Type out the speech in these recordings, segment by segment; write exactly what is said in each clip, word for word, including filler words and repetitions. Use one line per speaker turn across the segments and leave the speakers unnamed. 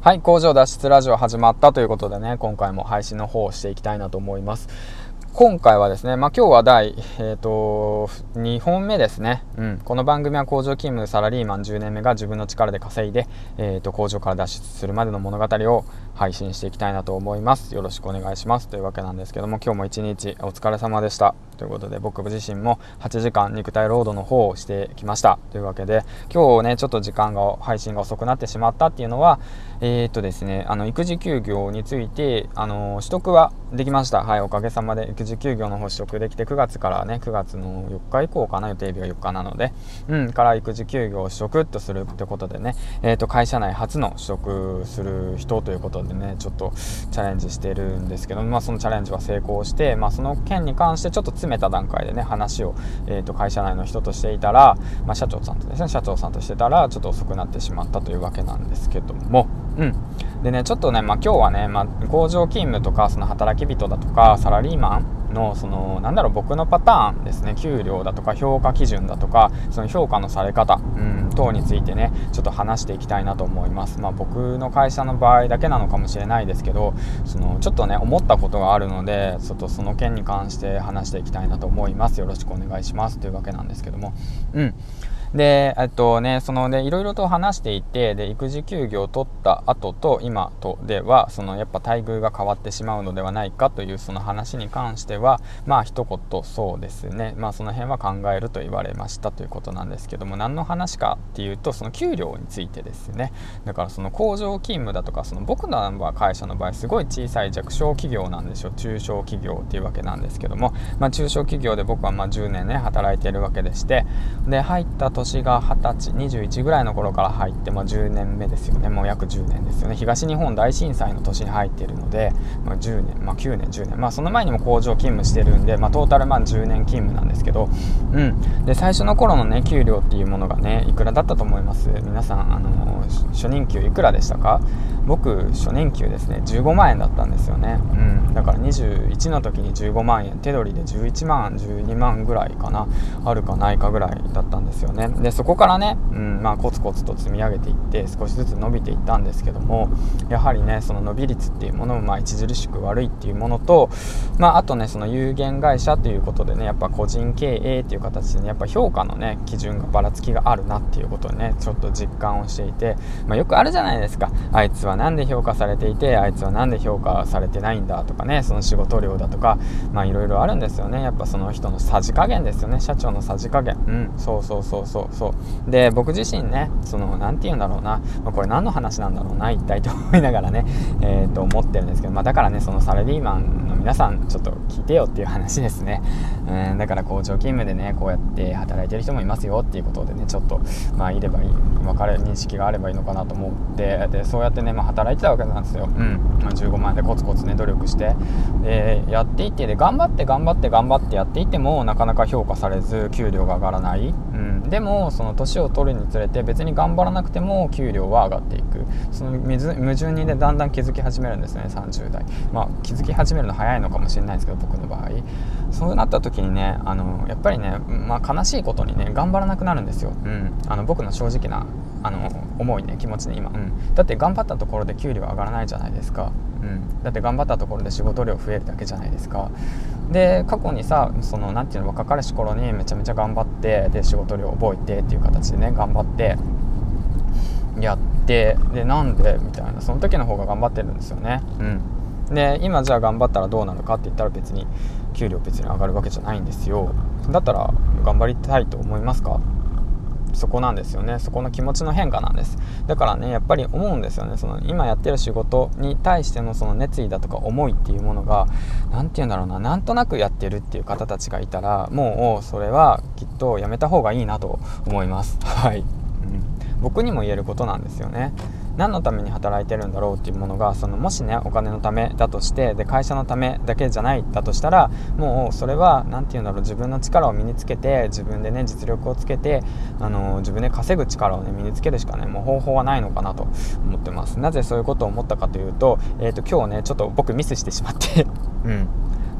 はい、工場脱出ラジオ始まったということでね、今回も配信の方をしていきたいなと思います。今回はですね、まあ、今日は第、えーと、にほんめですね、うん、この番組は工場勤務サラリーマンじゅうねんめが自分の力で稼いで、えーと、工場から脱出するまでの物語を配信していきたいなと思います。よろしくお願いしますというわけなんですけども、今日も一日お疲れ様でしたということで、僕自身もはちじかん肉体労働の方をしてきましたというわけで、今日ねちょっと時間が配信が遅くなってしまったっていうのは、えーとですねあの育児休業についてあの取得はできました。はい、おかげさまで育児休業の方取得できて、くがつからねくがつのよっか以降かな、予定日はよっかなので、うんから育児休業を取得とするってことでね、えーと会社内初の取得する人ということでね、ちょっとチャレンジしてるんですけど、まあそのチャレンジは成功して、まあその件に関してちょっと詰めた段階でね話を、えーと会社内の人としていたら、まあ、社長さんとですね社長さんとしてたらちょっと遅くなってしまったというわけなんですけども、うんでねちょっとね、まあ、今日はね、まあ、工場勤務とかその働き人だとかサラリーマンのそのなんだろう僕のパターンですね、給料だとか評価基準だとかその評価のされ方、うん、等についてねちょっと話していきたいなと思います。まあ、僕の会社の場合だけなのかもしれないですけど、そのちょっとね思ったことがあるので、ちょっとその件に関して話していきたいなと思います。よろしくお願いしますというわけなんですけども、うんで、えっとね、そのね、いろいろと話していて、で、育児休業を取った後と今とでは、そのやっぱ待遇が変わってしまうのではないかというその話に関しては、まあ一言そうですね、まあその辺は考えると言われましたということなんですけども、何の話かっていうと、その給料についてですね。だからその工場勤務だとか、その僕の会社の場合、すごい小さい弱小企業なんですよ。中小企業っていうわけなんですけども、まあ中小企業で僕はまあじゅうねんね、働いているわけでして、で、入った年年がはたちにじゅういちぐらいの頃から入って、まあ、じゅうねんめですよね。もう約じゅうねんですよね。東日本大震災の年に入っているので、まあ、じゅうねん、まあ、きゅうねんじゅうねん、まあその前にも工場勤務してるんで、まあ、トータルまあじゅうねん勤務なんですけど、うんで最初の頃のね給料っていうものがねいくらだったと思います？皆さんあの初任給いくらでしたか？僕初任給ですねじゅうごまんえんだったんですよね。うんだからにじゅういちの時にじゅうごまんえん、手取りでじゅういちまんじゅうにまんぐらいかな、あるかないかぐらいだったんですよね。でそこからね、うんまあ、コツコツと積み上げていって少しずつ伸びていったんですけども、やはりねその伸び率っていうものもまあ著しく悪いっていうものと、まあ、あとねその有限会社ということでねやっぱ個人経営っていう形でねやっぱ評価のね基準がばらつきがあるなっていうことをねちょっと実感をしていて、まあ、よくあるじゃないですか。あいつはなんで評価されていてあいつはなんで評価されてないんだとかね、その仕事量だとかまあいろいろあるんですよね。やっぱその人のさじ加減ですよね、社長のさじ加減。うんそうそうそうそうそうで僕自身ねそのなんて言うんだろうな、まあ、これ何の話なんだろうな一体と思いながらねえーと思ってるんですけど、まあ、だからねそのサラリーマンの皆さんちょっと聞いてよっていう話ですね。うんだから工場勤務でねこうやって働いてる人もいますよっていうことでねちょっとまあいればいい分かる認識があればいいのかなと思って、でそうやってね、まあ、働いてたわけなんですよ。うんまあ、じゅうごまんえんでコツコツね努力してでやっていってで頑張って頑張って頑張ってやっていてもなかなか評価されず給料が上がらない。うんでもその年を取るにつれて別に頑張らなくても給料は上がっていく、その矛盾にねだんだん気づき始めるんですね。さんじゅう代、まあ気づき始めるの早いのかもしれないですけど僕の場合そうなった時にねあのやっぱりね、まあ、悲しいことにね頑張らなくなるんですよ。うん、あの僕の正直なあの思いね気持ちね今、うん、だって頑張ったところで給料上がらないじゃないですか。うん、だって頑張ったところで仕事量増えるだけじゃないですか。で過去にさそのなんていうの若かりし頃にめちゃめちゃ頑張ってで仕事量覚えてっていう形でね頑張ってやってでなんでみたいな、その時の方が頑張ってるんですよね。うんで今じゃあ頑張ったらどうなるかって言ったら別に給料別に上がるわけじゃないんですよ。だったら頑張りたいと思いますか？そこなんですよね。そこの気持ちの変化なんです。だからねやっぱり思うんですよね。その今やってる仕事に対してのその熱意だとか思いっていうものがなんて言うんだろうな、なんとなくやってるっていう方たちがいたらもうそれはきっとやめた方がいいなと思います。はい、うん、僕にも言えることなんですよね。何のために働いてるんだろうっていうものがそのもしねお金のためだとしてで会社のためだけじゃないだとしたらもうそれはなんて言うんだろう、自分の力を身につけて自分でね実力をつけてあの自分で稼ぐ力をね身につけるしかねもう方法はないのかなと思ってます。なぜそういうことを思ったかというと、えーと今日ねちょっと僕ミスしてしまってうん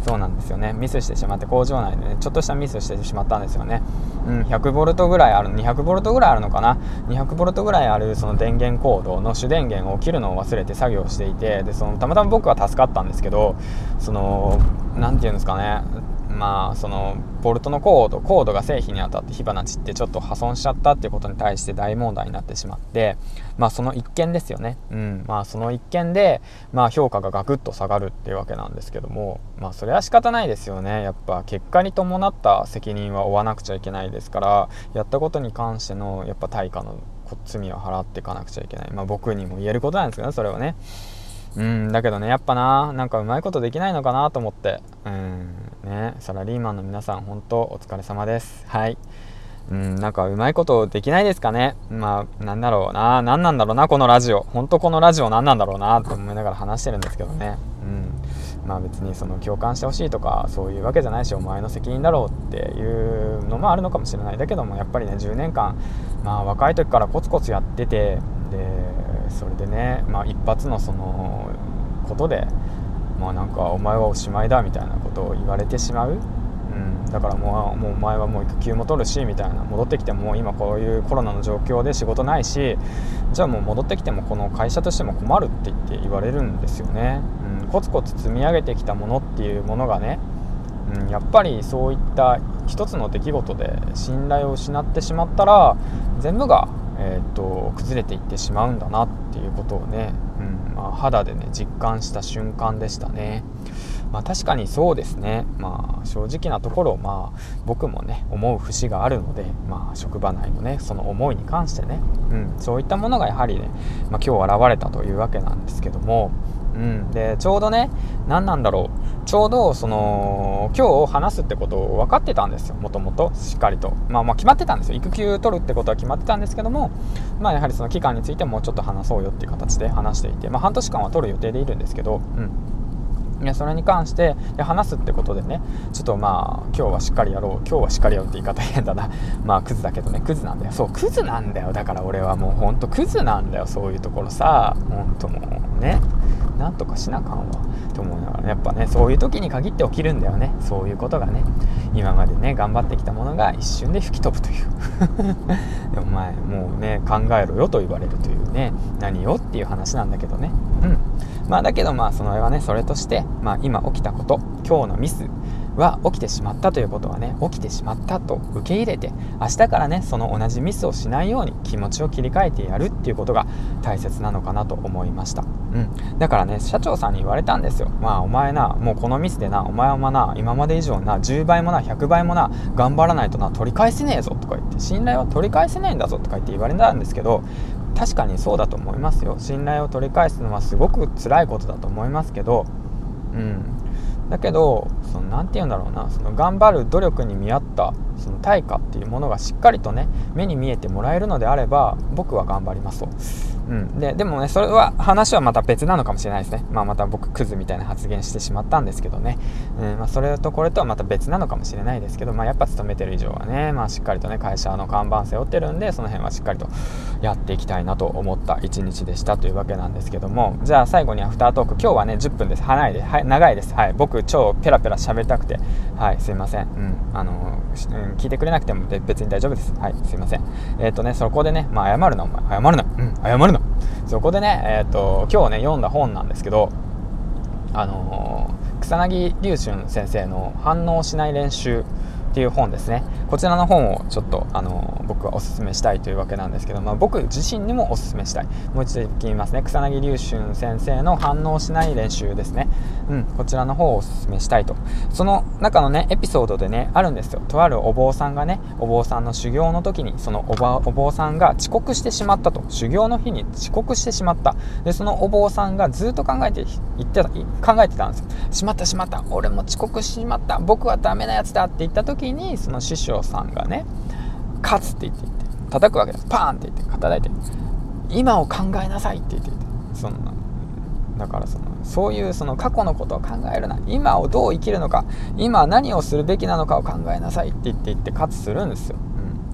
そうなんですよね。ミスしてしまって、工場内でねちょっとしたミスしてしまったんですよね。うん、ひゃくボルトぐらいある、にひゃくボルトぐらいあるのかな、にひゃくボルトぐらいあるその電源コードの主電源を切るのを忘れて作業していて、でそのたまたま僕は助かったんですけど、そのなんていうんですかね、まあそのボルトのコードコードが製品に当たって火花散ってちょっと破損しちゃったっていうことに対して大問題になってしまって、まあその一件ですよね。うん、まあその一件でまあ評価がガクッと下がるっていうわけなんですけども、まあそれは仕方ないですよね。やっぱ結果に伴った責任は負わなくちゃいけないですから、やったことに関してのやっぱ対価の罪は払っていかなくちゃいけない。まあ僕にも言えることなんですけどね、それはね。うんだけどね、やっぱな、なんかうまいことできないのかなと思って、うんね、サラリーマンの皆さん本当お疲れ様です。はい。うんなんかうまいことできないですかね。まあなんだろうな、なんなんだろうなこのラジオ、本当このラジオなんなんだろうなと思いながら話してるんですけどね。うんまあ別にその共感してほしいとかそういうわけじゃないし、お前の責任だろうっていうのもあるのかもしれない。だけどもやっぱりね、じゅうねんかんまあ若い時からコツコツやってて、でそれでね、まあ一発のそのことでまあなんかお前はおしまいだみたいなことを言われてしまう。うん、だからもう、もうお前はもう育休も取るしみたいな、戻ってきても今こういうコロナの状況で仕事ないし、じゃあもう戻ってきてもこの会社としても困るって言って言われるんですよね。うん、コツコツ積み上げてきたものっていうものがね、うん、やっぱりそういった一つの出来事で信頼を失ってしまったら全部が、えー、と崩れていってしまうんだなっていうことをね、うんまあ、肌でね実感した瞬間でしたね。まあ、確かにそうですね。まあ正直なところ、まあ僕もね思う節があるので、まあ職場内のねその思いに関してね、うん、そういったものがやはりね、まあ、今日現れたというわけなんですけども、うん、でちょうどね、何なんだろう、ちょうどその今日話すってことを分かってたんですよ。もともとしっかりと、まあまあ決まってたんですよ。育休取るってことは決まってたんですけども、まあやはりその期間についてもうちょっと話そうよっていう形で話していて、まあ半年間は取る予定でいるんですけど、うんいやそれに関して話すってことでね、ちょっとまあ今日はしっかりやろう、今日はしっかりやろうって言い方変だなまあクズだけどね、クズなんだよ。そうクズなんだよ。だから俺はもうほんとクズなんだよ。そういうところさ、ほんともうね、なんとかしなかんわと思いながら、やっぱねそういう時に限って起きるんだよね、そういうことがね。今までね頑張ってきたものが一瞬で吹き飛ぶというでお前もうね考えろよと言われるというね、何よっていう話なんだけどね。うんまあだけどまあそれはねそれとして、まあ今起きたこと、今日のミスは起きてしまったということはね、起きてしまったと受け入れて、明日からねその同じミスをしないように気持ちを切り替えてやるっていうことが大切なのかなと思いました。うんだからね社長さんに言われたんですよ。まあお前な、もうこのミスでな、お前はな今まで以上なじゅうばいもなひゃくばいもな頑張らないとな取り返せねえぞとか言って、信頼は取り返せないんだぞとか言って言われたんですけど、確かにそうだと思いますよ。信頼を取り返すのはすごく辛いことだと思いますけど、うんだけどそのなんて言うんだろうな、その頑張る努力に見合ったその対価っていうものがしっかりとね目に見えてもらえるのであれば僕は頑張りますと。うん、で, でもねそれは話はまた別なのかもしれないですね。まあまた僕クズみたいな発言してしまったんですけどね、うんまあ、それとこれとはまた別なのかもしれないですけど、まあ、やっぱ勤めてる以上はね、まあ、しっかりとね会社の看板背負ってるんで、その辺はしっかりとやっていきたいなと思った一日でしたというわけなんですけども、じゃあ最後にアフタートーク、今日はねじゅっぷんです。早いで、はい、長いです。はい、僕超ペラペラ喋りたくて、はいすいません、うんあのー、聞いてくれなくても別に大丈夫です。はいすいません。えっ、ー、とねそこでね、まあ謝るなお前謝るな、うん謝るな。そこでね、えー、と今日ね読んだ本なんですけど、あのー、草薙龍春先生の反応しない練習っていう本ですね。こちらの本をちょっと、あのー、僕はおすすめしたいというわけなんですけど、まあ、僕自身にもおすすめしたい。もう一度言いますね。草薙龍春先生の反応しない練習ですね。うん、こちらの方をおすすめしたいと。その中のねエピソードでねあるんですよ。とあるお坊さんがね、お坊さんの修行の時にそのおばお坊さんが遅刻してしまったと。修行の日に遅刻してしまった。でそのお坊さんがずっと考えて言ってた考えてたんですよ。しまったしまった、俺も遅刻しまった、僕はダメなやつだって言った時に、その師匠さんがね勝つって言って言って叩くわけです。パーンって言って叩いて、今を考えなさいって言って言ってそんなだからそのそういうその過去のことを考えるな、今をどう生きるのか、今何をするべきなのかを考えなさいって言って言って勝つするんですよ。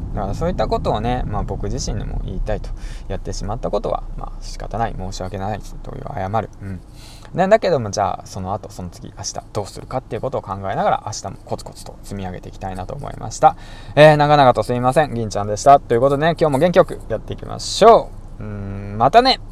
だからそういったことをね、まあ、僕自身にも言いたいと。やってしまったことはまあ仕方ない、申し訳ないという謝る、うんね、だけどもじゃあその後その次明日どうするかっていうことを考えながら明日もコツコツと積み上げていきたいなと思いました。えー、長々とすみません、銀ちゃんでしたということでね、今日も元気よくやっていきましょう。うーんまたね。